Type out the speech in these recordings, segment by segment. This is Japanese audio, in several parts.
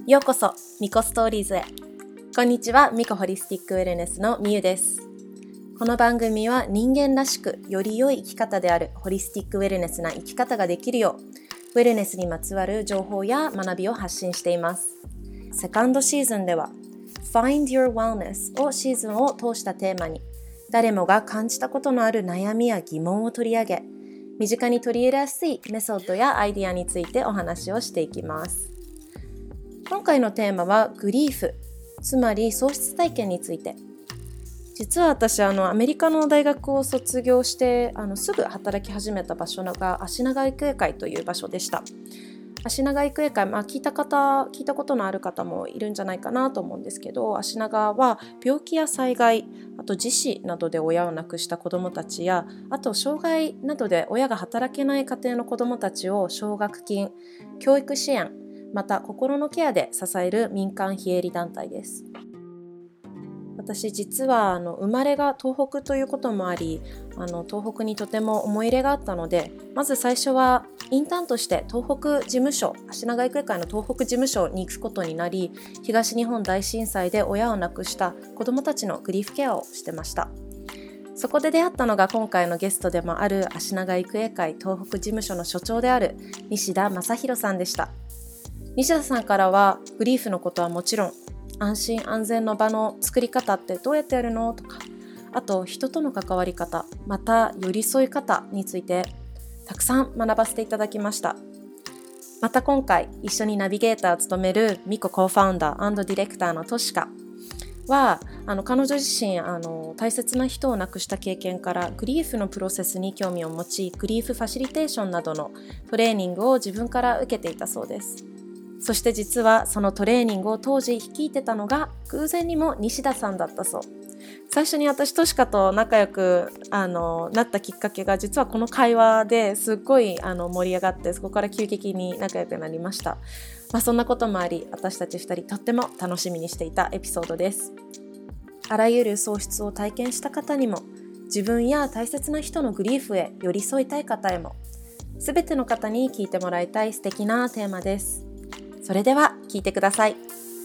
ようこそミコストーリーズへ。こんにちは、ミコホリスティックウェルネスのみゆです。この番組は人間らしくより良い生き方であるホリスティックウェルネスな生き方ができるよう、ウェルネスにまつわる情報や学びを発信しています。セカンドシーズンでは Find Your Wellness をシーズンを通したテーマに、誰もが感じたことのある悩みや疑問を取り上げ、身近に取り入れやすいメソッドやアイディアについてお話をしていきます。今回のテーマはグリーフ、つまり喪失体験について。実は私アメリカの大学を卒業してすぐ働き始めた場所が足長育英会という場所でした。足長育英会、聞いたことのある方もいるんじゃないかなと思うんですけど、足長は病気や災害、あと自死などで親を亡くした子どもたちや、あと障害などで親が働けない家庭の子どもたちを奨学金、教育支援、また心のケアで支える民間非営利団体です。私実は生まれが東北ということもあり、東北にとても思い入れがあったので、まず最初はインターンとして東北事務所、足長育英会の東北事務所に行くことになり、東日本大震災で親を亡くした子どもたちのグリーフケアをしてました。そこで出会ったのが今回のゲストでもある足長育英会東北事務所の所長である西田正弘さんでした。西田さんからはグリーフのことはもちろん、安心安全の場の作り方ってどうやってやるのとか、あと人との関わり方、また寄り添い方についてたくさん学ばせていただきました。また今回一緒にナビゲーターを務めるミココーファウンダー&ディレクターのトシカは、彼女自身大切な人を亡くした経験からグリーフのプロセスに興味を持ち、グリーフファシリテーションなどのトレーニングを自分から受けていたそうです。そして実はそのトレーニングを当時率いてたのが偶然にも西田さんだったそう。最初に私トシカと仲良くなったきっかけが、実はこの会話ですっごい盛り上がって、そこから急激に仲良くなりました。そんなこともあり、私たち2人とっても楽しみにしていたエピソードです。あらゆる喪失を体験した方にも、自分や大切な人のグリーフへ寄り添いたい方へも、すべての方に聞いてもらいたい素敵なテーマです。それでは聞いてください。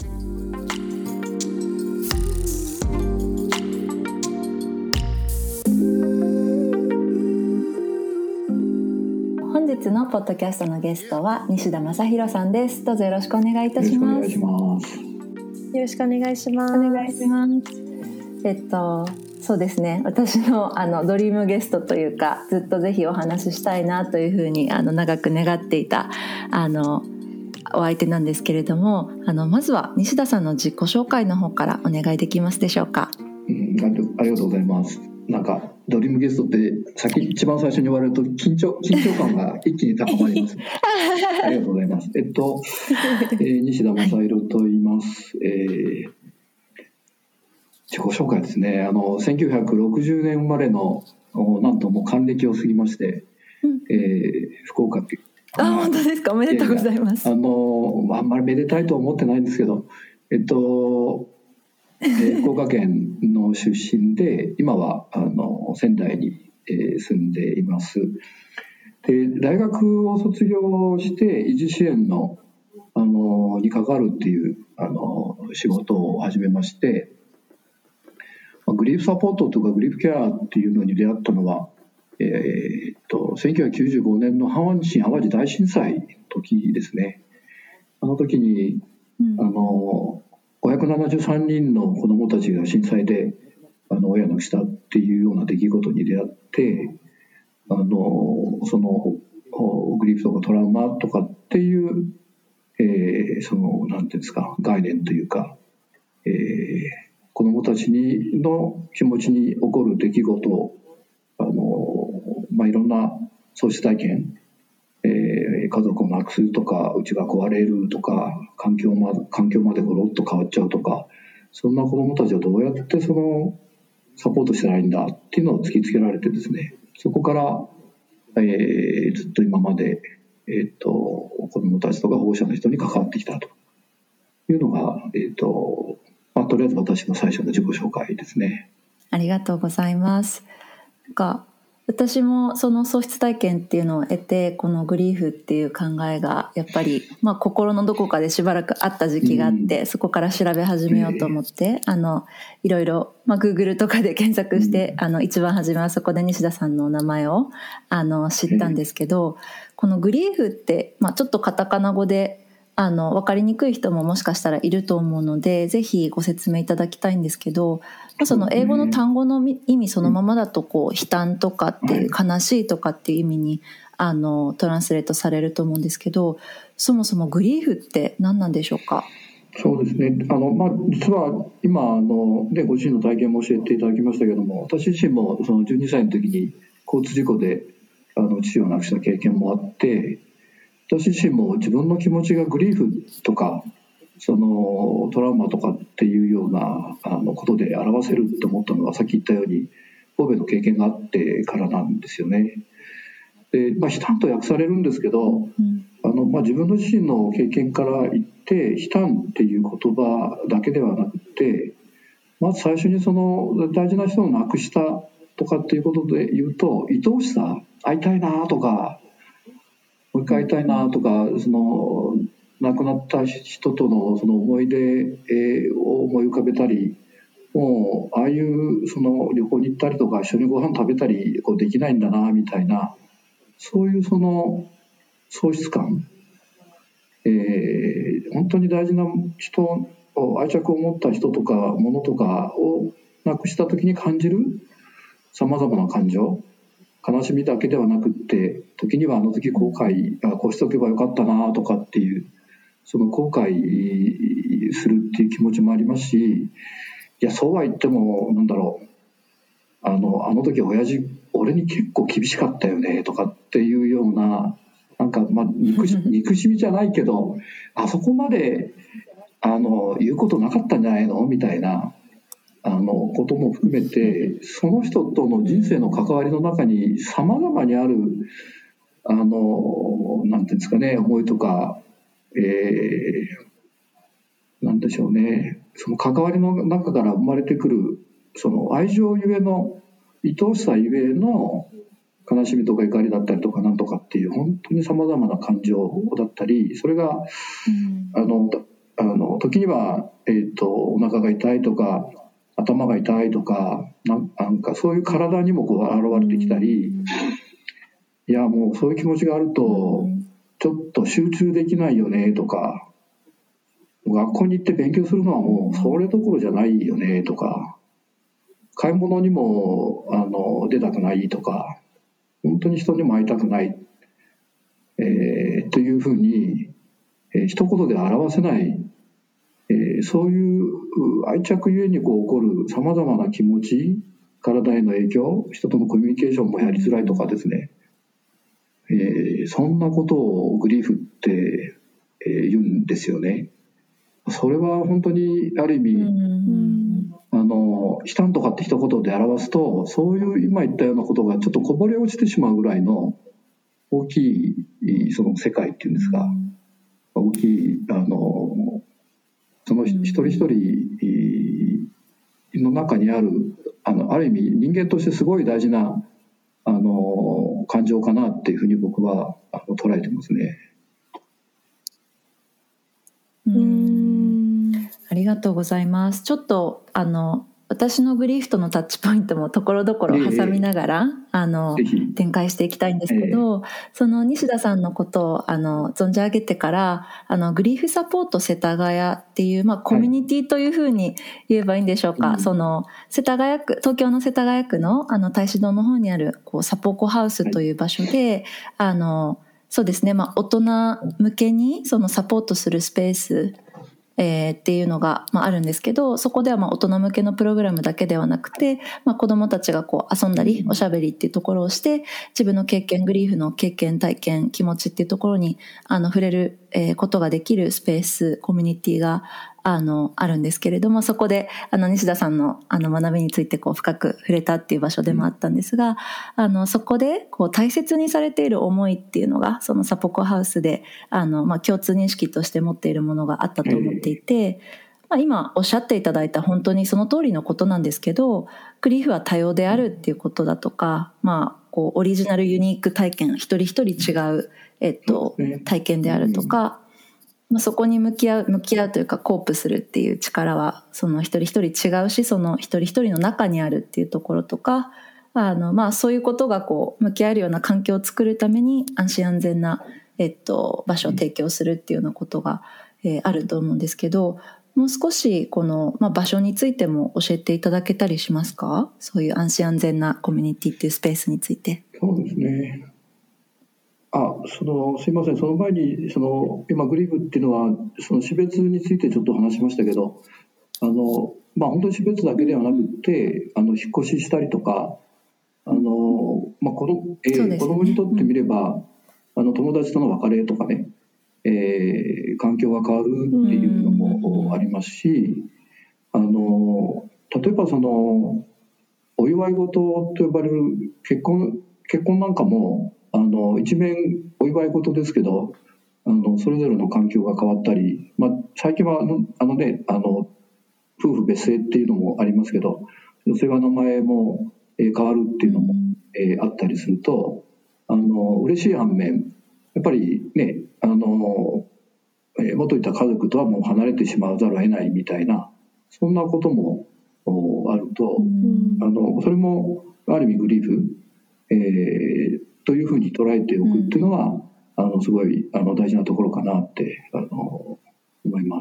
本日のポッドキャストのゲストは西田正弘さんです。どうぞよろしくお願いいたします。 よろしくお願いします。 お願いします。そうですね、私のドリームゲストというか、ずっとぜひお話ししたいなというふうに長く願っていたお相手なんですけれども、まずは西田さんの自己紹介の方からお願いできますでしょうか。 ありがとうございます。なんかドリームゲストって一番最初に言われると緊張感が一気に高まります。ありがとうございます。西田正弘と言います。自己紹介ですね。1960年生まれの、なんともう還暦を過ぎまして、福岡県。 本当ですか。おめでとうございます。 あんまりめでたいとは思ってないんですけど、福岡県の出身で、今は仙台に、住んでいます。で、大学を卒業して維持支援のに関わるっていう仕事を始めまして、グリーフサポートとかグリーフケアっていうのに出会ったのは、1995年の阪神・淡路大震災の時ですね。あの時に、573人の子どもたちが震災で親を亡くしたっていうような出来事に出会って、そのグリーフとかトラウマとかっていう、なんていうんですか、概念というか、子どもたちの気持ちに起こる出来事をいろんな喪失体験、家族を亡くすとか、家が壊れるとか、環境までゴロッと変わっちゃうとか、そんな子どもたちをどうやってサポートしたらいいんだっていうのを突きつけられてですね、そこから、ずっと今まで、子どもたちとか保護者の人に関わってきたというのが、とりあえず私の最初の自己紹介ですね。 ありがとうございます。 私もその喪失体験っていうのを得て、このグリーフっていう考えがやっぱり、心のどこかでしばらくあった時期があって、そこから調べ始めようと思って、いろいろ、Google とかで検索して、一番初めはそこで西田さんのお名前を知ったんですけど、このグリーフって、ちょっとカタカナ語で分かりにくい人ももしかしたらいると思うので、ぜひご説明いただきたいんですけど、その英語の単語の意味そのままだと悲嘆とかっていう、悲しいとかっていう意味にトランスレートされると思うんですけど、そもそもグリーフって何なんでしょうか？ そうですね、実は今ご自身の体験も教えていただきましたけども、私自身もその12歳の時に交通事故で父を亡くした経験もあって、私自身も自分の気持ちがグリーフとかそのトラウマとかっていうようなことで表せると思ったのは、さっき言ったように神戸の経験があってからなんですよね。で、悲嘆と訳されるんですけど、自分の自身の経験から言って悲嘆っていう言葉だけではなくて、まず最初にその大事な人を亡くしたとかっていうことで言うと、愛おしさ、会いたいなとか、もう一回会いたいなとか、その亡くなった人とのその思い出を思い浮かべたり、もうああいうその旅行に行ったりとか一緒にご飯食べたりできないんだなみたいな、そういうその喪失感、本当に大事な人、愛着を持った人とか物とかを亡くした時に感じるさまざまな感情、悲しみだけではなくって、時にはあの時後悔、こうしておけばよかったなとかっていう、その後悔するっていう気持ちもありますし、いやそうは言ってもあの時親父俺に結構厳しかったよねとかっていうような、憎しみじゃないけど、あそこまで言うことなかったんじゃないのみたいなことも含めて、その人との人生の関わりの中にさまざまにあるなんていうんですかね、思いとか、なんでしょうね、その関わりの中から生まれてくるその愛情ゆえの、愛おしさゆえの悲しみとか怒りだったりとかなんとかっていう、本当にさまざまな感情だったり、それが、時には、お腹が痛いとか頭が痛いとか、なんかそういう体にも現れてきたり、いやもうそういう気持ちがあるとちょっと集中できないよねとか、学校に行って勉強するのはもうそれどころじゃないよねとか、買い物にも出たくないとか、本当に人にも会いたくない、というふうに、一言で表せない、そういう愛着ゆえに起こるさまざまな気持ち、体への影響、人とのコミュニケーションもやりづらいとかですね、そんなことをグリーフって、言うんですよね。それは本当にある意味、悲嘆とかって一言で表すと、そういう今言ったようなことがちょっとこぼれ落ちてしまうぐらいの大きいその世界っていうんですか、大きいその一人一人の中にあるある意味人間としてすごい大事な感情かなっていうふうに僕は捉えてますね。 ありがとうございます。ちょっと私のグリーフとのタッチポイントもところどころ挟みながら、展開していきたいんですけど、その西田さんのことを存じ上げてからグリーフサポート世田谷っていう、コミュニティというふうに言えばいいんでしょうか、その東京の世田谷区の太子堂の方にあるサポコハウスという場所で、そうですね、大人向けにそのサポートするスペースっていうのが、あるんですけど、そこでは大人向けのプログラムだけではなくて、子どもたちが遊んだりおしゃべりっていうところをして、自分の経験、グリーフの経験、体験、気持ちっていうところに触れる、ことができるスペース、コミュニティがあるんですけれども、そこで西田さんの学びについて深く触れたっていう場所でもあったんですが、そこで大切にされている思いっていうのが、そのサポコハウスで共通認識として持っているものがあったと思っていて、今おっしゃっていただいた本当にその通りのことなんですけど、グリーフは多様であるっていうことだとか、 こうオリジナルユニーク体験、一人一人違う、体験であるとか、そこに向き合うというかコープするっていう力はその一人一人違うし、その一人一人の中にあるっていうところとか、そういうことがこう向き合えるような環境を作るために安心安全な、場所を提供するっていうようなことが、あると思うんですけど、もう少しこの、場所についても教えていただけたりしますか？そういう安心安全なコミュニティっていうスペースについて。 そうですね。すいません、その前に今グリーフっていうのはその死別についてちょっと話しましたけど、本当に死別だけではなくて引っ越ししたりとか、子供にとってみれば、友達との別れとかね、環境が変わるっていうのもありますし、例えばお祝い事と呼ばれる結婚なんかも一面お祝い事ですけど、それぞれの環境が変わったり、最近は夫婦別姓っていうのもありますけど、女性は名前も変わるっていうのもあったりすると、嬉しい反面やっぱりね、元いた家族とはもう離れてしまうざるを得ないみたいな、そんなこともあると、それもある意味グリーフ、というふうに捉えておくっていうのは、すごい大事なところかなって思います。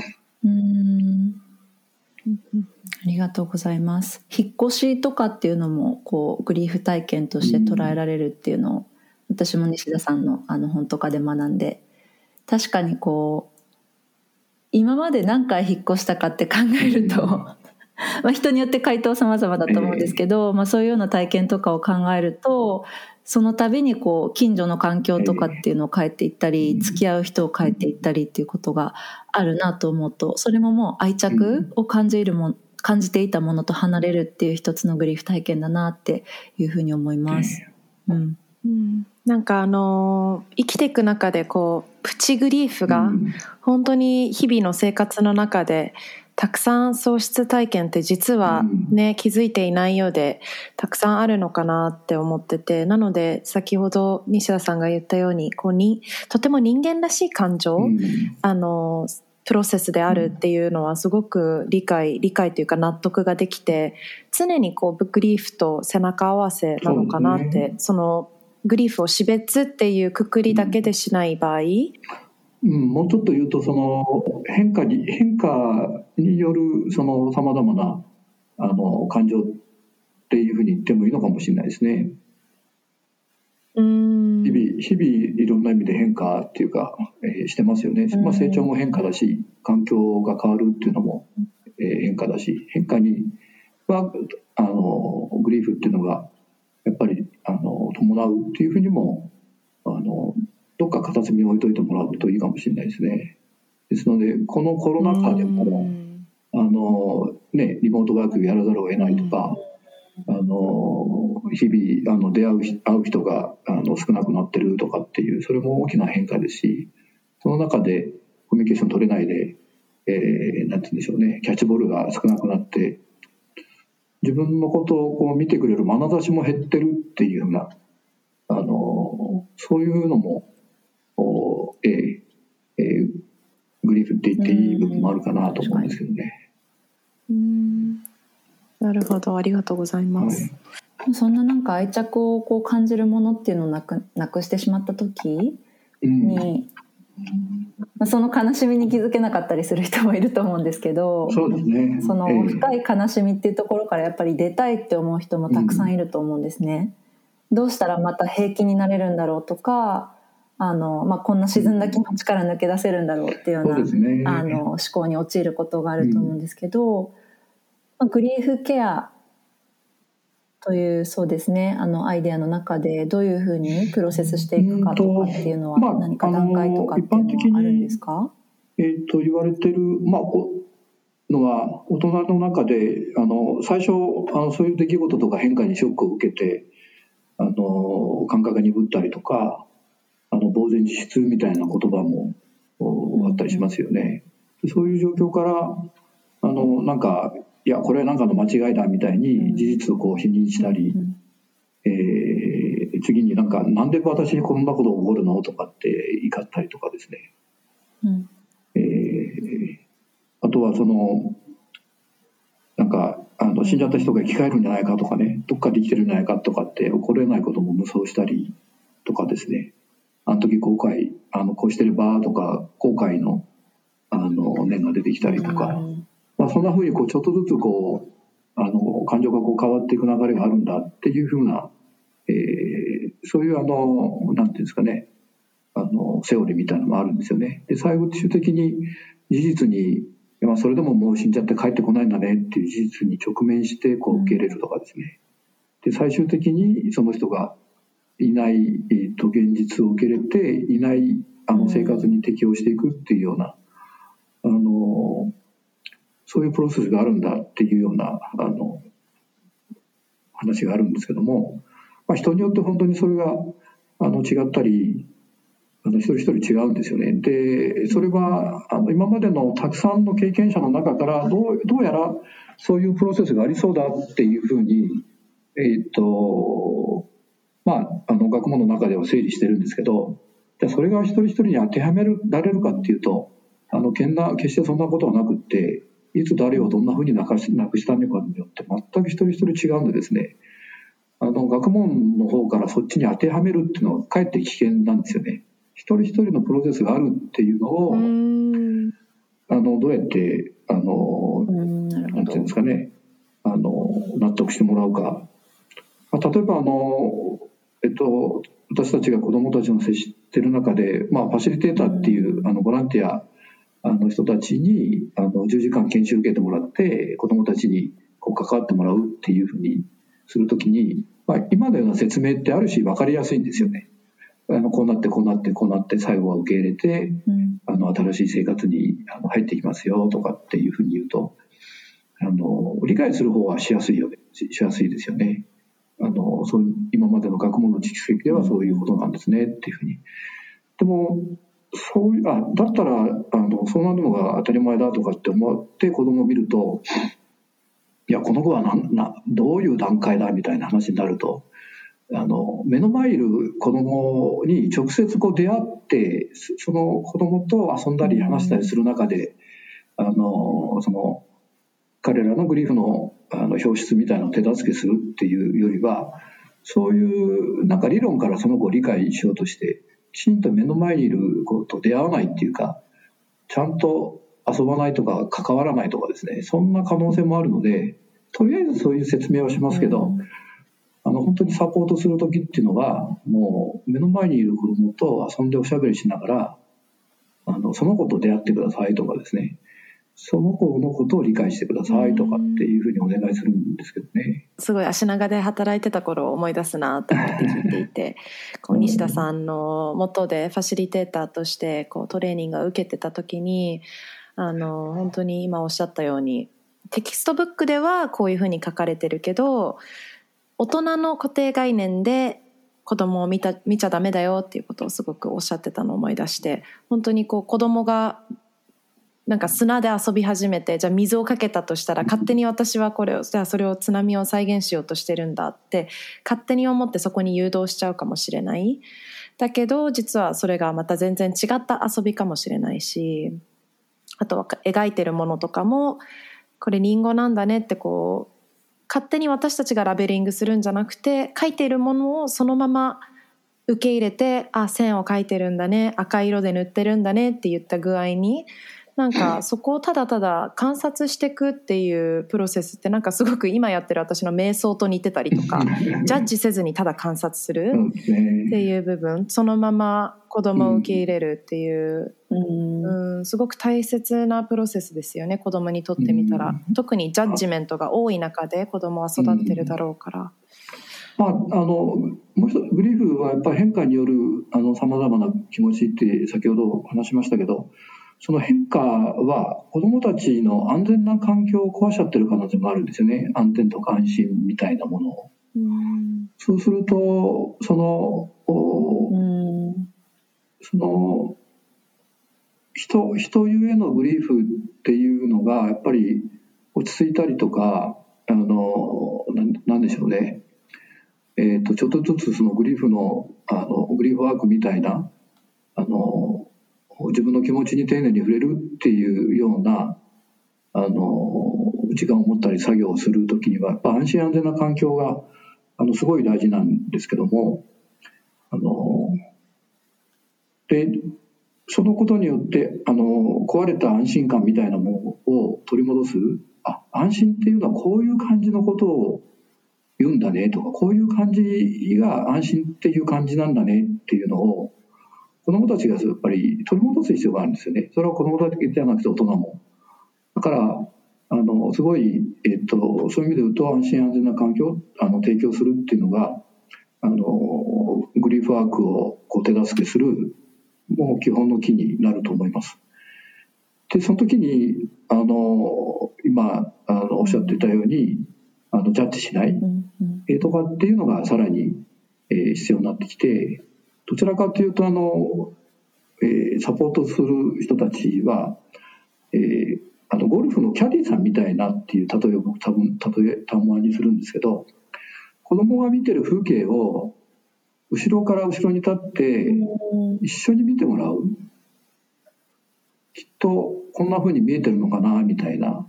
ありがとうございます。引っ越しとかっていうのもこうグリーフ体験として捉えられるっていうのを、私も西田さんの本とかで学んで、確かにこう今まで何回引っ越したかって考えると人によって回答様々だと思うんですけど、そういうような体験とかを考えると、その度にこう近所の環境とかっていうのを変えていったり、付き合う人を変えていったりっていうことがあるなと思うと、それももう愛着を感じていたものと離れるっていう一つのグリーフ体験だなっていうふうに思います。 なんか生きていく中でこうプチグリーフが本当に日々の生活の中でたくさん喪失体験って実はね、気づいていないようでたくさんあるのかなって思ってて、なので先ほど西田さんが言ったようにとても人間らしい感情、プロセスであるっていうのはすごく理解というか納得ができて、常にこうグリーフと背中合わせなのかなって、そのグリーフを死別っていうくくりだけでしない場合、 もうちょっと言うと変化によるさまざまな感情っていうふうに言ってもいいのかもしれないですね。日々いろんな意味で変化っていうか、してますよね。成長も変化だし、環境が変わるっていうのも、変化だし、変化にはグリーフっていうのがやっぱり伴うっていうふうにもどっか片隅に置いといてもらうといいかもしれないですね。ですのでこのコロナ禍でもリモートワークやらざるを得ないとか、日々会う人が少なくなってるとかっていう、それも大きな変化ですし、その中でコミュニケーション取れないで、なんて言うんでしょうね、キャッチボールが少なくなって自分のことをこう見てくれる眼差しも減ってるっていうようなそういうのもグリーフって言っていい部分もあるかなと思うんですけどね。 なるほど、ありがとうございます。 そんななんか愛着をこう感じるものっていうのをなくしてしまった時に、その悲しみに気づけなかったりする人もいると思うんですけど、 そうですね、 その深い悲しみっていうところからやっぱり出たいって思う人もたくさんいると思うんですね。どうしたらまた平気になれるんだろうとか、こんな沈んだ気持ちから抜け出せるんだろうっていうような思考に陥ることがあると思うんですけど、グリーフケアというそうですね、アイデアの中でどういうふうにプロセスしていくかとかっていうのは何か段階とかっていうのはあるんですか？ 言われてる、のは大人の中で最初そういう出来事とか変化にショックを受けて感覚が鈍ったりとか呆然自失みたいな言葉もあったりしますよね。そういう状況からなんかいやこれはなんかの間違いだみたいに事実をこう否認したり、 次になんで私にこんなこと起こるのとかって怒ったりとかですね、あとは死んじゃった人が生き返るんじゃないかとかね、どっかで生きてるんじゃないかとかって起これないことも無双したりとかですね、あの時後悔こうしてればとか後悔の念が出てきたりとか、そんな風にちょっとずつ感情が変わっていく流れがあるんだっていう風な、そういうなんていうんですかね、セオリーみたいなのもあるんですよね。で最終的に事実に、それでももう死んじゃって帰ってこないんだねっていう事実に直面して受け入れるとかですね。で最終的にその人がいない、現実を受け入れていない生活に適応していくっていうようなそういうプロセスがあるんだっていうような話があるんですけども、人によって本当にそれが違ったり一人一人違うんですよね。でそれは今までのたくさんの経験者の中からどうやらそういうプロセスがありそうだっていうふうに学問の中では整理してるんですけど、じゃあそれが一人一人に当てはめられるかっていうと決してそんなことはなくって、いつ誰をどんなふうに亡くしたのかによって全く一人一人違うんでですね、学問の方からそっちに当てはめるっていうのはかえって危険なんですよね。一人一人のプロセスがあるっていうのをどうやってなんていうんですかね、納得してもらうか。例えば私たちが子どもたちの接している中で、ファシリテーターっていうボランティアの人たちに10時間研修受けてもらって子どもたちに関わってもらうっていうふうにするときに、今のような説明ってある種分かりやすいんですよね。こうなってこうなってこうなって最後は受け入れて、新しい生活に入っていきますよとかっていうふうに言うと理解する方はしやすいですよね。そういう今までの学問の蓄積ではそういうことなんですねっていうふうに。でもだったらそうなるのが当たり前だとかって思って子供を見ると、いやこの子はどういう段階だみたいな話になると、目の前にいる子供に直接出会ってその子供と遊んだり話したりする中で彼らのグリーフの表出みたいなのを手助けするっていうよりは、そういう理論からその子を理解しようとしてきちんと目の前にいる子と出会わないっていうか、ちゃんと遊ばないとか関わらないとかですね、そんな可能性もあるので、とりあえずそういう説明はしますけど、本当にサポートする時っていうのはもう目の前にいる子供と遊んでおしゃべりしながらその子と出会ってくださいとかですね、その子のことを理解してくださいとかっていうふうにお願いするんですけどね。 すごい足長で働いてた頃を思い出すなと思って聞いていて西田さんの元でファシリテーターとしてトレーニングを受けてた時に本当に今おっしゃったようにテキストブックではこういうふうに書かれてるけど、大人の固定概念で子供を見ちゃダメだよっていうことをすごくおっしゃってたのを思い出して、本当に子供が砂で遊び始めて、じゃあ水をかけたとしたら勝手に私はじゃあそれを津波を再現しようとしてるんだって勝手に思ってそこに誘導しちゃうかもしれない。だけど実はそれがまた全然違った遊びかもしれないし、あとは描いてるものとかもこれリンゴなんだねって勝手に私たちがラベリングするんじゃなくて、描いてるものをそのまま受け入れて、線を描いてるんだね、赤色で塗ってるんだねって言った具合にそこをただただ観察していくっていうプロセスってすごく今やってる私の瞑想と似てたりとかジャッジせずにただ観察するっていう部分、そのまま子供を受け入れるっていう、すごく大切なプロセスですよね、子供にとってみたら。特にジャッジメントが多い中で子供は育ってるだろうから。 もう一つグリーフはやっぱり変化によるさまざまな気持ちって先ほど話しましたけど、その変化は子どもたちの安全な環境を壊しちゃってる可能性もあるんですよね。安全とか安心みたいなものを。そうするとその人ゆえのグリーフっていうのがやっぱり落ち着いたりとかなんでしょうね、 ちょっとずつそのグリーフグリーフワークみたいな自分の気持ちに丁寧に触れるっていうような時間を持ったり作業をするときにはやっぱ安心安全な環境がすごい大事なんですけども、でそのことによって壊れた安心感みたいなものを取り戻す、安心っていうのはこういう感じのことを言うんだねとか、こういう感じが安心っていう感じなんだねっていうのを子どもたちがやっぱり取り戻す必要があるんですよね。それは子どもたちじゃなくて大人も。だからすごい、そういう意味で言うと安心安全な環境を提供するっていうのがグリーフワークを手助けするもう基本の木になると思います。でその時に今おっしゃっていたようにジャッジしない、とかっていうのがさらに、必要になってきて、どちらかというとサポートする人たちは、ゴルフのキャディーさんみたいなっていう例えを僕たまにするんですけど、子供が見てる風景を後ろから後ろに立って一緒に見てもらう。きっとこんな風に見えてるのかなみたいな、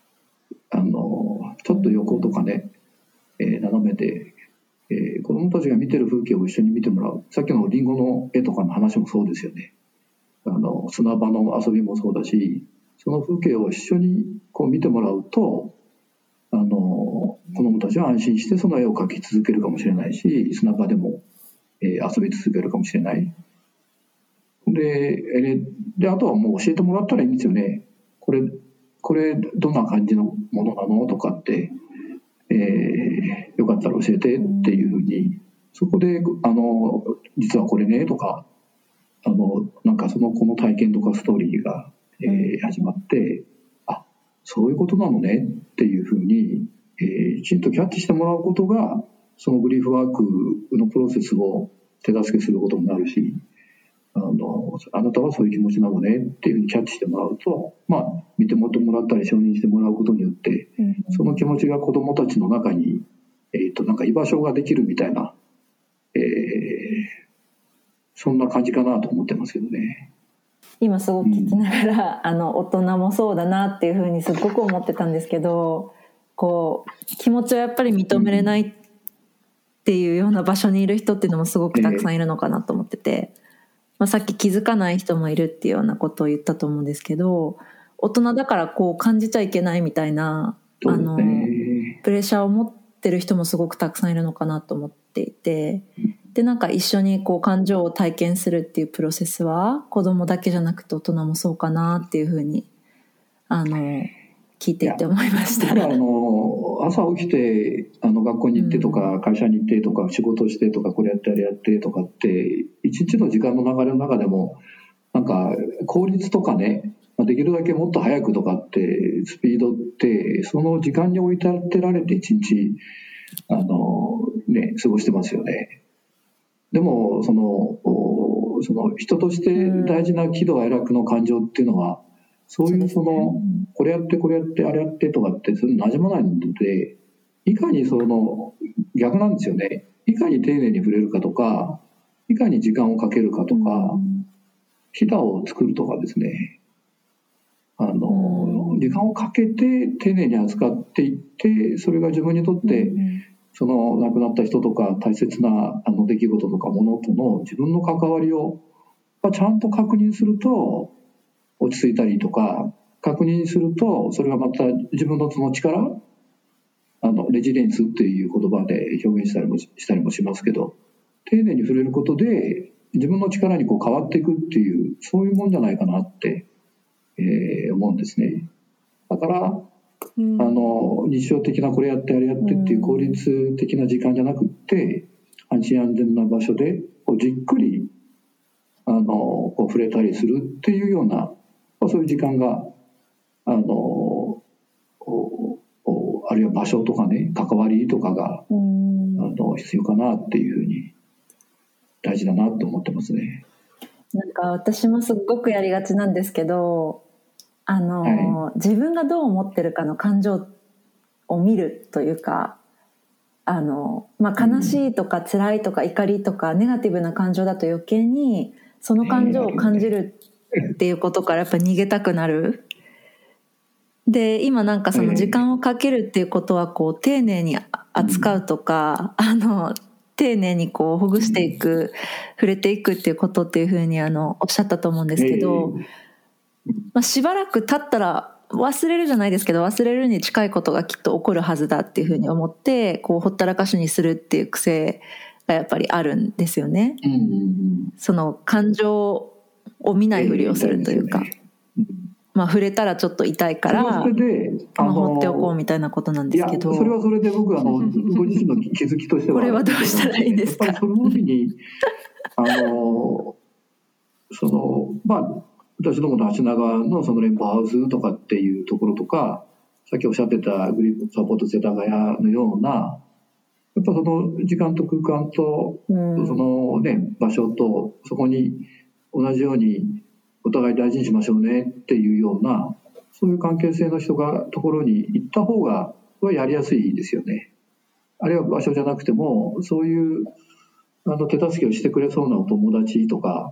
ちょっと横とかね、斜めで、子供たちが見てる風景を一緒に見てもらう。さっきのリンゴの絵とかの話もそうですよね。砂場の遊びもそうだし、その風景を一緒に見てもらうと子供たちは安心してその絵を描き続けるかもしれないし、砂場でも、遊び続けるかもしれない。であとはもう教えてもらったらいいんですよね。これどんな感じのものなのとかって、よかったら教えてっていうふうに、そこで実はこれねとかなんかこの体験とかストーリーが、始まって、そういうことなのねっていうふうに、きちんとキャッチしてもらうことがそのグリーフワークのプロセスを手助けすることになるし、あなたはそういう気持ちなのねっていうふうにキャッチしてもらうと、見てもらったり承認してもらうことによって、その気持ちが子どもたちの中に、なんか居場所ができるみたいな、そんな感じかなと思ってますけどね。 今すごく聞きながら、大人もそうだなっていうふうにすごく思ってたんですけど、気持ちをやっぱり認めれないっていうような場所にいる人っていうのもすごくたくさんいるのかなと思ってて、さっき気づかない人もいるっていうようなことを言ったと思うんですけど、大人だから感じちゃいけないみたいなプレッシャーを持ってる人もすごくたくさんいるのかなと思っていて、でなんか一緒に感情を体験するっていうプロセスは子供だけじゃなくて大人もそうかなっていうふうに聞いていて思いました。 朝起きて学校に行ってとか、会社に行ってとか仕事してとかこれやってあれやってとかって一日の時間の流れの中でもなんか効率とかね、できるだけもっと早くとかってスピードってその時間に追い立てられて一日過ごしてますよね。でもその人として大事な喜怒哀楽の感情っていうのはそういうこれやってこれやってあれやってとかってそれ馴染まないので、いかに逆なんですよね。いかに丁寧に触れるかとか、いかに時間をかけるかとか、ひだを作るとかですね、時間をかけて丁寧に扱っていって、それが自分にとって亡くなった人とか大切な出来事とかものとの自分の関わりをちゃんと確認すると落ち着いたりとか、確認するとそれがまた自分のその力、レジリエンスっていう言葉で表現したりもしますけど、丁寧に触れることで自分の力に変わっていくっていう、そういうもんじゃないかなって、思うんですね。だから日常的なこれやってあれやってっていう効率的な時間じゃなくって、安心安全な場所でじっくり触れたりするっていうような、そういう時間があるいは場所とかね、関わりとかが必要かなっていうふうに大事だなと思ってますね。 なんか私もすっごくやりがちなんですけど、自分がどう思ってるかの感情を見るというか、 悲しいとか辛いとか怒りとかネガティブな感情だと余計にその感情を感じるっていうことからやっぱ逃げたくなる。で今なんかその時間をかけるっていうことはこう丁寧に扱うとか、丁寧にこうほぐしていく、触れていくっていうことっていうふうにおっしゃったと思うんですけど、しばらく経ったら忘れるじゃないですけど、忘れるに近いことがきっと起こるはずだっていうふうに思ってこうほったらかしにするっていう癖がやっぱりあるんですよね。その感情を見ないふりをするというか、触れたらちょっと痛いから放っておこうみたいなことなんですけど、 それはそれで僕ご自身の気づきとしてはこれはどうしたらいいんですか。 やっぱりその時に私どもの足長のその連邦ハウスとかっていうところとか、さっきおっしゃってたグリープサポート世田谷のような、やっぱその時間と空間とその場所とそこに同じようにお互い大事にしましょうねっていうような、そういう関係性の人がところに行った方がやりやすいですよね。あるいは場所じゃなくてもそういう手助けをしてくれそうなお友達とか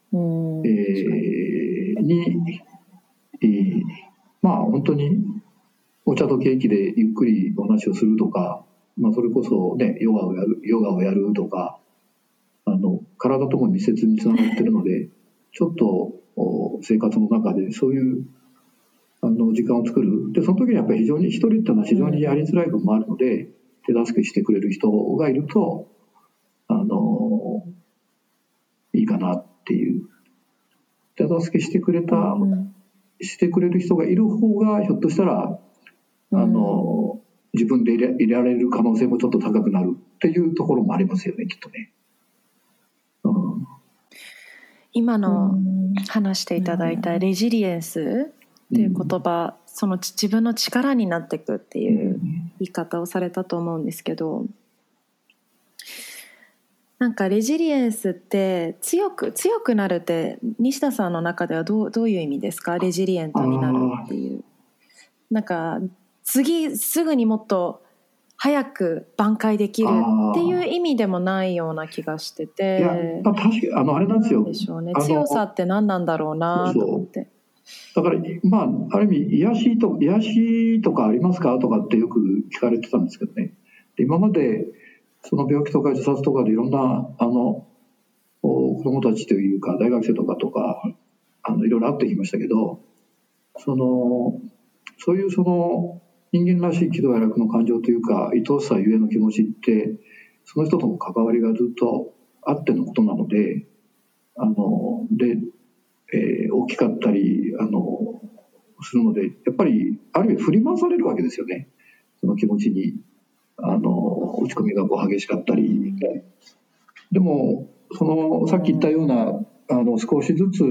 本当にお茶とケーキでゆっくりお話をするとか、それこそヨガをやるとか、体とも密接につながっているので、ちょっと生活の中でそういう時間を作る。でその時にやっぱり非常に一人っていうのは非常にやりづらい部分もあるので、手助けしてくれる人がいるといいかなっていう。手助けしてくれる人がいる方がひょっとしたら自分でいられる可能性もちょっと高くなるっていうところもありますよね、きっとね。 今の話していただいたレジリエンスっていう言葉、その自分の力になっていくっていう言い方をされたと思うんですけど、なんかレジリエンスって強くなるって西田さんの中ではどういう意味ですか？レジリエントになるっていう、なんか次すぐにもっと早く挽回できるっていう意味でもないような気がしてて、 いや確かにあれなんですよ。 なんでしょうね、強さって何なんだろうなと思って。 だからある意味癒しとかありますかとかってよく聞かれてたんですけどね。今までその病気とか自殺とかでいろんな子どもたちというか大学生とかいろいろ会ってきましたけど、そういう人間らしい喜怒哀楽の感情というか愛おしさゆえの気持ちって、その人との関わりがずっとあってのことなので、大きかったりするので、やっぱりある意味振り回されるわけですよね、その気持ちに。落ち込みが激しかったり、でもさっき言ったような少しずつ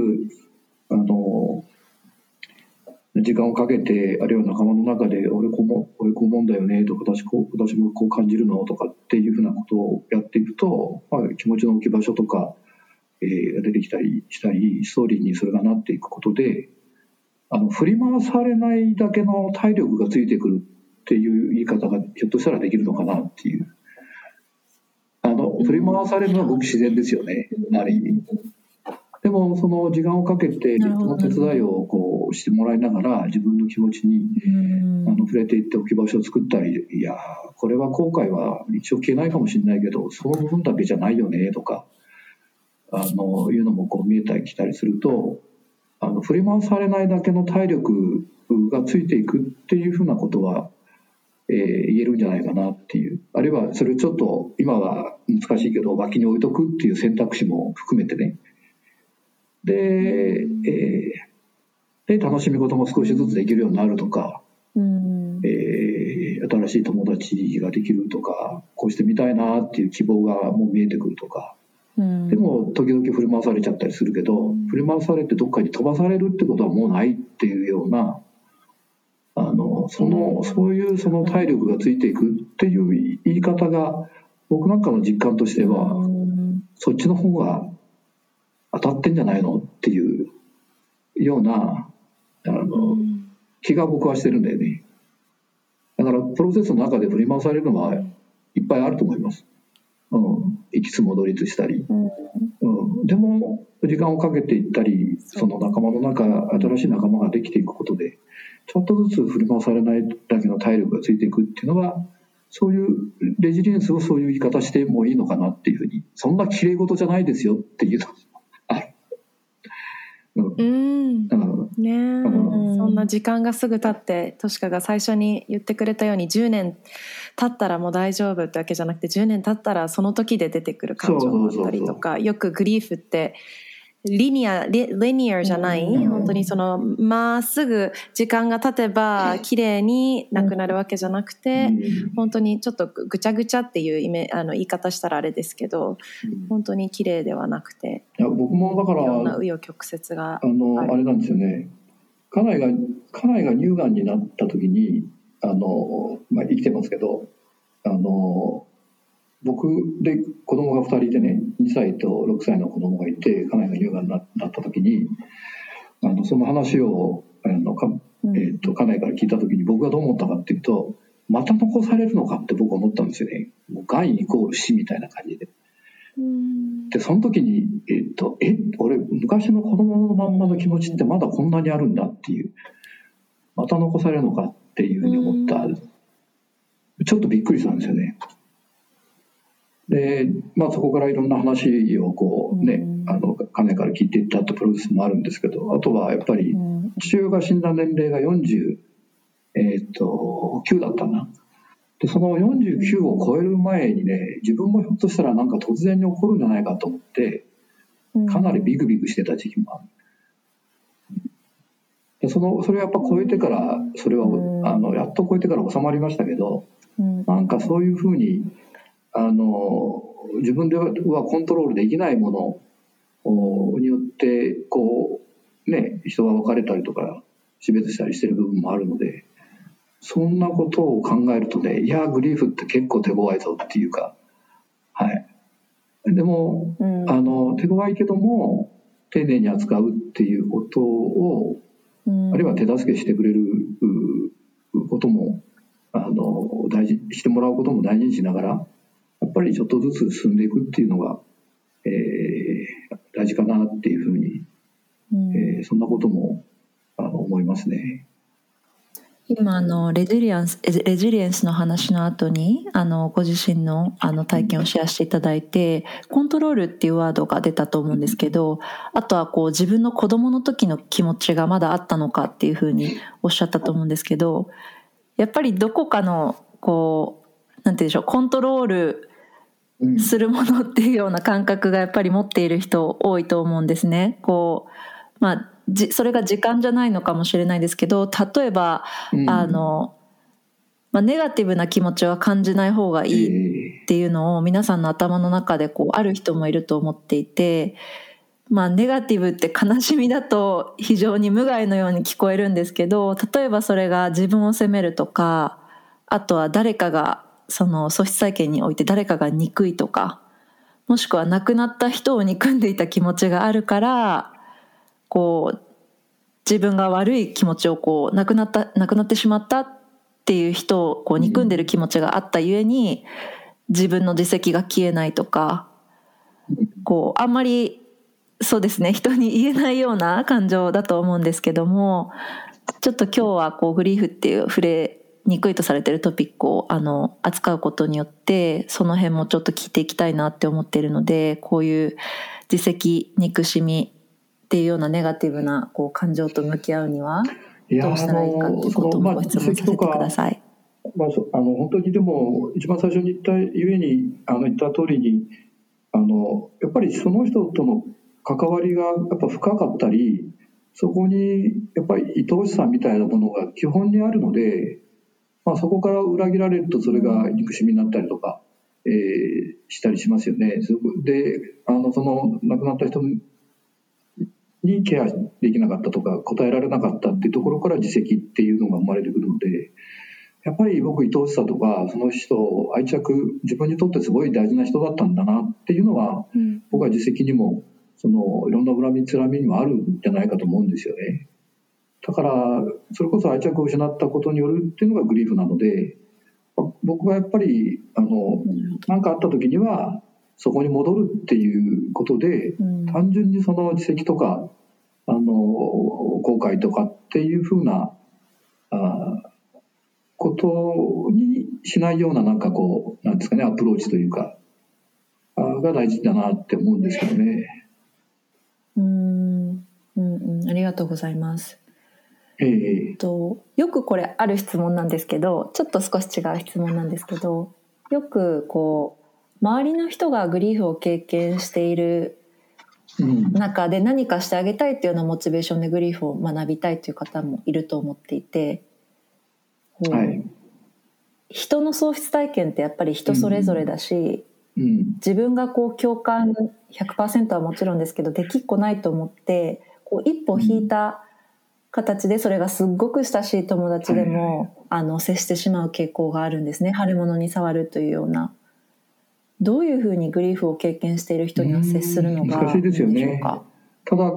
時間をかけて、あるいは仲間の中で俺こう思うんだよねとか、私もこう感じるのとかっていうふうなことをやっていくと、気持ちの置き場所とか、が出てきたりしたり、ストーリーにそれがなっていくことで、振り回されないだけの体力がついてくるっていう言い方がひょっとしたらできるのかなっていう。振り回されるのはごく自然ですよね、ある意味。でもその時間をかけてその手伝いをしてもらいながら、自分の気持ちに触れていって置き場所を作ったり、いやこれは後悔は一応消えないかもしれないけど、その部分だけじゃないよねとかいうのも見えたりきたりすると、振り回されないだけの体力がついていくっていうふうなことは、言えるんじゃないかなっていう。あるいはそれちょっと今は難しいけど脇に置いとくっていう選択肢も含めてね。で楽しみ事も少しずつできるようになるとか、新しい友達ができるとか、こうしてみたいなっていう希望がもう見えてくるとか、でも時々振り回されちゃったりするけど、振り回されてどっかに飛ばされるってことはもうないっていうような、そういうその体力がついていくっていう言い方が、僕なんかの実感としてはそっちの方が当たってんじゃないのっていうような気が僕はしてるんだよね。だからプロセスの中で振り回されるのはいっぱいあると思います。行きつ戻りつしたり、でも時間をかけていったり、その仲間の中、新しい仲間ができていくことでちょっとずつ振り回されないだけの体力がついていくっていうのは、そういうレジリエンスをそういう言い方してもいいのかなっていうふうに、そんな綺麗事じゃないですよっていうのがある。 そんな時間がすぐ経って、トシカが最初に言ってくれたように10年経ったらもう大丈夫ってわけじゃなくて、10年経ったらその時で出てくる感情もあったりとか、よくグリーフってリニアじゃない、本当にそのまっすぐ時間が経てば綺麗になくなるわけじゃなくて、本当にちょっとぐちゃぐちゃっていう言い方したらあれですけど、本当に綺麗ではなくて、 いや僕もだからいろんな紆余曲折があれなんですよね。家内が乳がんになった時に生きてますけど、僕で子供が2人いてね、2歳と6歳の子供がいて、家内が乳がんになった時にその話を家内から聞いた時に、僕がどう思ったかっていうと、また残されるのかって僕は思ったんですよね。もうがんイコール死みたいな感じで。でその時に俺昔の子供のまんまの気持ちってまだこんなにあるんだっていう、また残されるのかっていうふうに思った。ちょっとびっくりしたんですよね。でそこからいろんな話を家内から聞いていったってプロセスもあるんですけど、あとはやっぱり父親が死んだ年齢が49だったな。でその49を超える前にね、自分もひょっとしたらなんか突然に起こるんじゃないかと思ってかなりビクビクしてた時期もある。でそれをやっぱ超えてから、それはやっと超えてから収まりましたけど、なんかそういうふうに自分ではコントロールできないものによって人が別れたりとか死別したりしてる部分もあるので、そんなことを考えるとね、いやグリーフって結構手強いぞっていうか、でも、手強いけども丁寧に扱うっていうことを、あるいは手助けしてくれることも大事してもらうことも大事にしながら、やっぱりちょっとずつ進んでいくっていうのが、大事かなっていうふうに、そんなことも思いますね。 今レジリエンスの話の後にご自身の体験をシェアしていただいて、コントロールっていうワードが出たと思うんですけど、あとは自分の子供の時の気持ちがまだあったのかっていうふうにおっしゃったと思うんですけど、やっぱりどこかのなんていうんでしょう、コントロールするものっていうような感覚がやっぱり持っている人多いと思うんですね。それが時間じゃないのかもしれないですけど、例えば、ネガティブな気持ちは感じない方がいいっていうのを皆さんの頭の中である人もいると思っていて、ネガティブって悲しみだと非常に無害のように聞こえるんですけど、例えばそれが自分を責めるとか、あとは誰かがその喪失体験において誰かが憎いとか、もしくは亡くなった人を憎んでいた気持ちがあるから自分が悪い気持ちを亡くなってしまったっていう人を憎んでる気持ちがあったゆえに自分の自責が消えないとか、あんまりそうですね、人に言えないような感情だと思うんですけども、ちょっと今日はグリーフっていう触れにくいとされているトピックを扱うことによってその辺もちょっと聞いていきたいなって思っているので、こういう自責、憎しみっていうようなネガティブな感情と向き合うにはどうしたらいいかっていうこともご質問させてください。 本当にでも一番最初に言ったゆえに言った通りにやっぱりその人との関わりがやっぱ深かったり、そこにやっぱり愛おしさみたいなものが基本にあるので、そこから裏切られるとそれが憎しみになったりとか、したりしますよね。でその亡くなった人にケアできなかったとか答えられなかったっていうところから自責っていうのが生まれてくるので、やっぱり僕愛おしさとかその人愛着、自分にとってすごい大事な人だったんだなっていうのは、僕は自責にもいろんな恨みつらみにもあるんじゃないかと思うんですよね。だからそれこそ愛着を失ったことによるっていうのがグリーフなので、僕僕はやっぱり何かあった時にはそこに戻るっていうことで、単純にその自責とか後悔とかっていうふうなことにしないようななんかこうなんですかね、アプローチというかが大事だなって思うんですけどね。 ありがとうございます。 よくこれある質問なんですけど、ちょっと少し違う質問なんですけど、よくこう周りの人がグリーフを経験している中で何かしてあげたいっていうようなモチベーションでグリーフを学びたいという方もいると思っていて、人の喪失体験ってやっぱり人それぞれだし、自分がこう共感 100% はもちろんですけどできっこないと思ってこう一歩引いた形でそれがすっごく親しい友達でも、接してしまう傾向があるんですね。腫れ物に触るというような。どういうふうにグリーフを経験している人には接するのが難しいですよね。ただ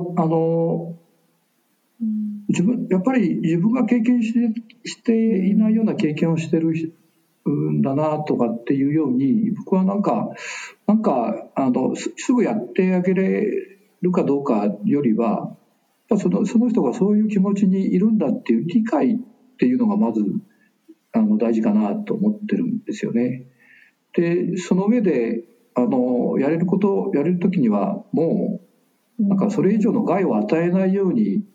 やっぱり自分が経験していないような経験をしてるんだなとかっていうように、僕はなんかすぐやってあげれるかどうかよりはその人がそういう気持ちにいるんだっていう理解っていうのがまず大事かなと思ってるんですよね。でその上でやれる時にはもうなんかそれ以上の害を与えないように、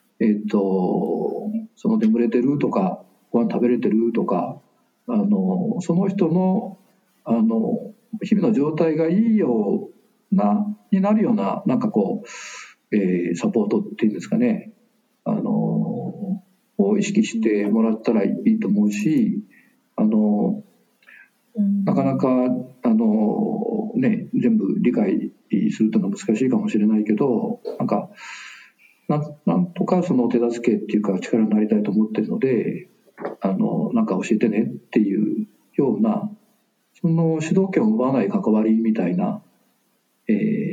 その眠れてるとかご飯食べれてるとかその人の日々の状態がいいようなになるようななんかこう、サポートっていうんですかねを意識してもらったらいいと思うしなかなか全部理解するというのは難しいかもしれないけどなんとかその手助けっていうか力になりたいと思ってるのでなんか教えてねっていうようなその主導権を奪わない関わりみたいな、イ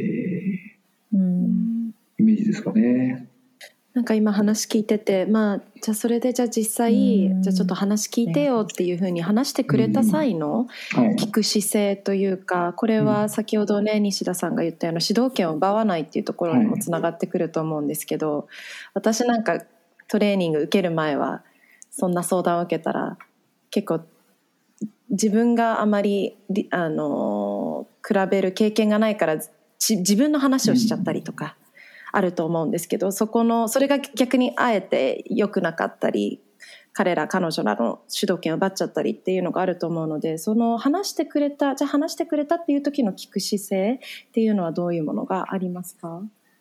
メージですかね。 なんか今話聞いてて、じゃあそれでじゃあ実際じゃあちょっと話聞いてよっていうふうに話してくれた際の聞く姿勢というか、これは先ほどね西田さんが言ったような主導権を奪わないっていうところにもつながってくると思うんですけど、私なんかトレーニング受ける前はそんな相談を受けたら結構自分があまり比べる経験がないから自分の話をしちゃったりとかあると思うんですけど、それが逆にあえて良くなかったり彼女らの主導権を奪っちゃったりっていうのがあると思うので、その話してくれたっていう時の聞く姿勢っていうのはどういうものがありますか？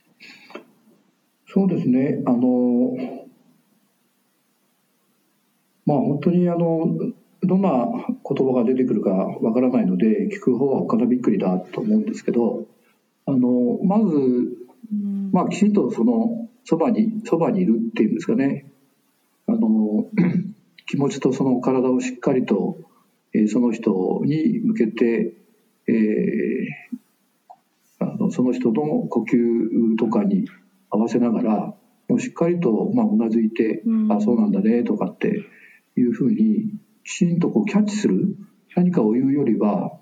そうですね、本当にどんな言葉が出てくるかわからないので聞く方はおからびっくりだと思うんですけど、まずきちんとそばにいるっていうんですかね、気持ちとその体をしっかりと、その人に向けて、その人の呼吸とかに合わせながらもうしっかりとうなずいて、あ、そうなんだねとかっていうふうにきちんとこうキャッチする何かを言うよりは、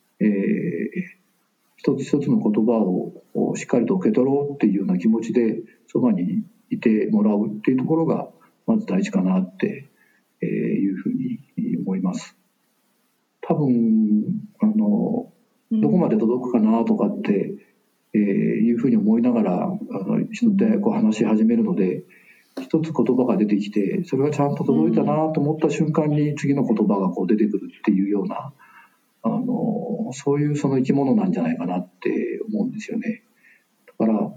一つ一つの言葉をしっかりと受け取ろうっていうような気持ちでそばにいてもらうっていうところがまず大事かなっていうふうに思います。多分どこまで届くかなとかっていうふうに思いながら人ってこう話し始めるので、一つ言葉が出てきてそれがちゃんと届いたなと思った瞬間に次の言葉がこう出てくるっていうようなそういうその生き物なんじゃないかなって思うんですよね。だから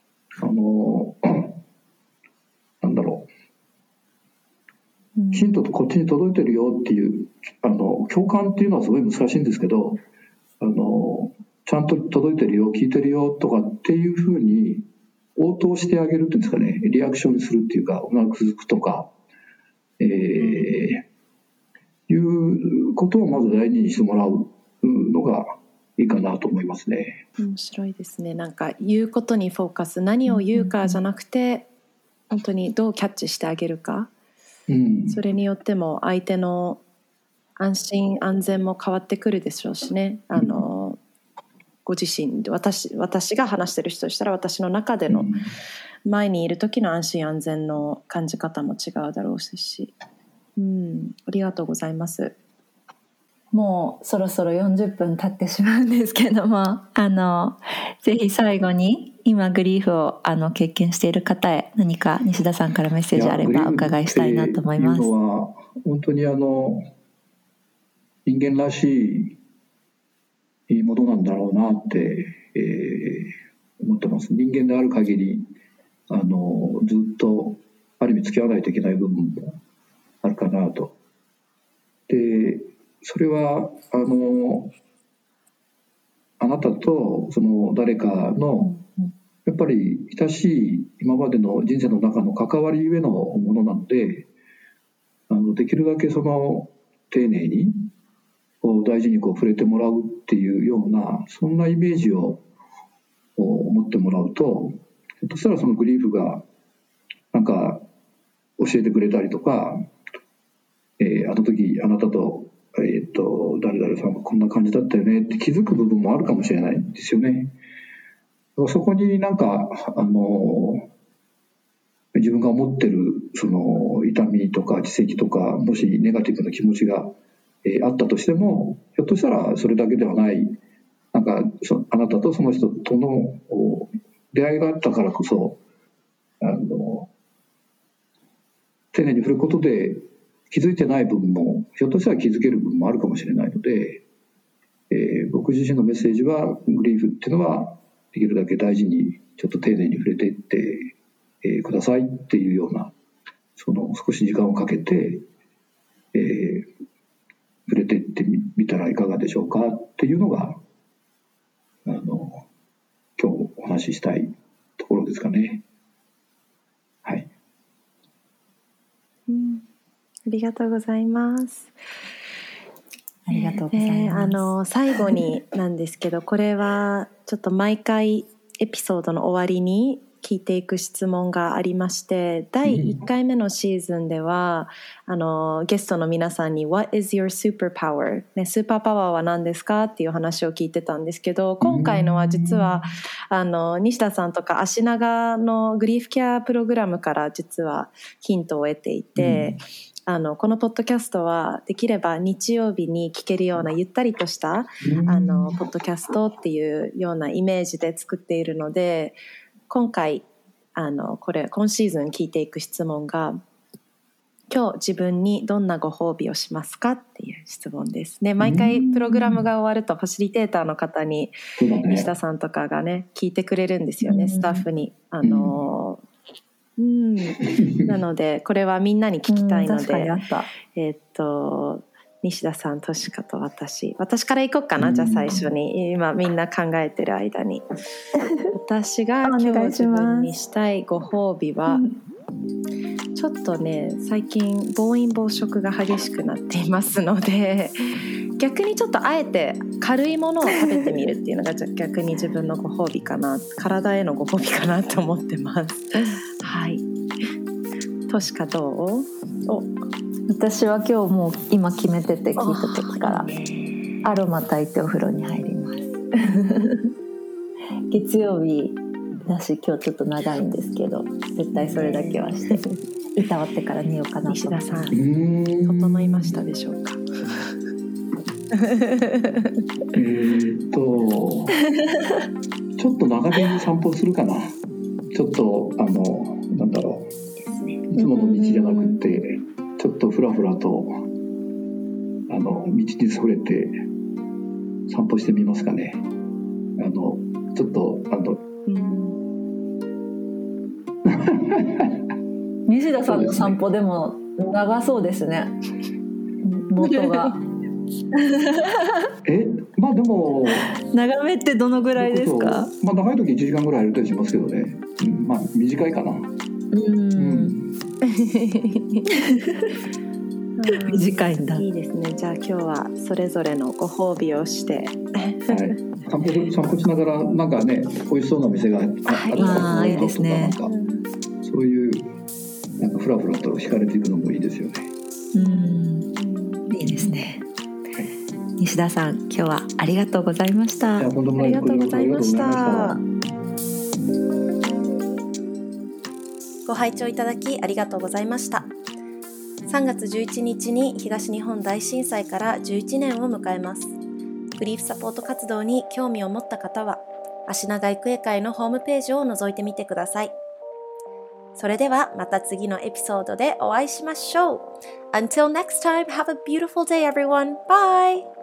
なんだろう、きちんとこっちに届いてるよっていう共感っていうのはすごい難しいんですけどちゃんと届いてるよ聞いてるよとかっていうふうに応答してあげるっていうんですかね、リアクションするっていうかうなずくとか、いうことをまず大事にしてもらうのがいいかなと思いますね。 面白いですね。なんか言うことにフォーカス、何を言うかじゃなくて本当にどうキャッチしてあげるか、それによっても相手の安心安全も変わってくるでしょうしね。ご自身で私が話してる人としたら私の中での前にいる時の安心安全の感じ方も違うだろうし、ありがとうございます。 もうそろそろ40分経ってしまうんですけども、ぜひ最後に今グリーフを経験している方へ何か西田さんからメッセージあればお伺いしたいなと思います。 いうのは本当に人間らしいものなんだろうなって、思ってます。人間である限りずっとある意味付き合わないといけない部分もあるかなと。でそれはあなたとその誰かのやっぱり親しい今までの人生の中の関わりゆえのものなので、できるだけその丁寧に大事に触れてもらうっていうようなそんなイメージを持ってもらうと、ひょっとしたらそのグリーフがなんか教えてくれたりとか、あの時あなたと誰々さんがこんな感じだったよねって気づく部分もあるかもしれないんですよね。そこになんか自分が思ってるその痛みとか奇跡とか、もしネガティブな気持ちがあったとしても、ひょっとしたらそれだけではない、なんかあなたとその人との出会いがあったからこそ丁寧に振ることで気づいてない部分もひょっとしたら気づける部分もあるかもしれないので、僕自身のメッセージはグリーフっていうのはできるだけ大事にちょっと丁寧に触れていって、くださいっていうような、その少し時間をかけて、触れていってみたらいかがでしょうかっていうのが今日お話ししたいところですかね。はい。 ありがとうございます。 ありがとうございます。 最後になんですけど、これはちょっと毎回エピソードの終わりに聞いていく質問がありまして、第1回目のシーズンではゲストの皆さんに What is your superpower、ね、スーパーパワーは何ですかっていう話を聞いてたんですけど、今回のは実は西田さんとか足長のグリーフケアプログラムから実はヒントを得ていて、このポッドキャストはできれば日曜日に聞けるようなゆったりとしたポッドキャストっていうようなイメージで作っているので、今回今シーズン聞いていく質問が、今日自分にどんなご褒美をしますかっていう質問ですね。毎回プログラムが終わるとファシリテーターの方に西田さんとかがね聞いてくれるんですよね、スタッフになのでこれはみんなに聞きたいので、西田さん、としかと私から行こうかな。じゃあ最初に今みんな考えてる間に私が今日自分にしたいご褒美は、ちょっとね最近暴飲暴食が激しくなっていますので、逆にちょっとあえて軽いものを食べてみるっていうのが逆に自分のご褒美かな、体へのご褒美かなと思ってますはい。としかどう？ 私は今日もう今決めてて、聞いた時からアロマ焚いてお風呂に入ります月曜日だし今日ちょっと長いんですけど、絶対それだけはしていたわってから寝ようかなと。 西田さん、整いましたでしょうか？ ちょっと長めに散歩するかな。ちょっとなんだろう、いつもの道じゃなくてちょっとふらふらと道にそれて散歩してみますかね。ちょっと西田さんの散歩でも長そうですね、元がまあでも長めってどのぐらいですか？ まあ長い時1時間ぐらい歩いたりしますけどね、まあ短いかな。 短いんだ。 いいですね。じゃあ今日はそれぞれのご褒美をして、 散歩しながらなんかね、美味しそうな店があったら、 いいですね。 そういうなんかふらふらと惹かれていくのもいいですよね。 いいですね。 西田さん、今日はありがとうございました。 ありがとうございました。 ご拝聴いただきありがとうございました。3月11日に東日本大震災から11年を迎えます。グリーフサポート活動に興味を持った方は、足長育英会のホームページを覗いてみてください。それではまた次のエピソードでお会いしましょう。Until next time, have a beautiful day everyone. Bye!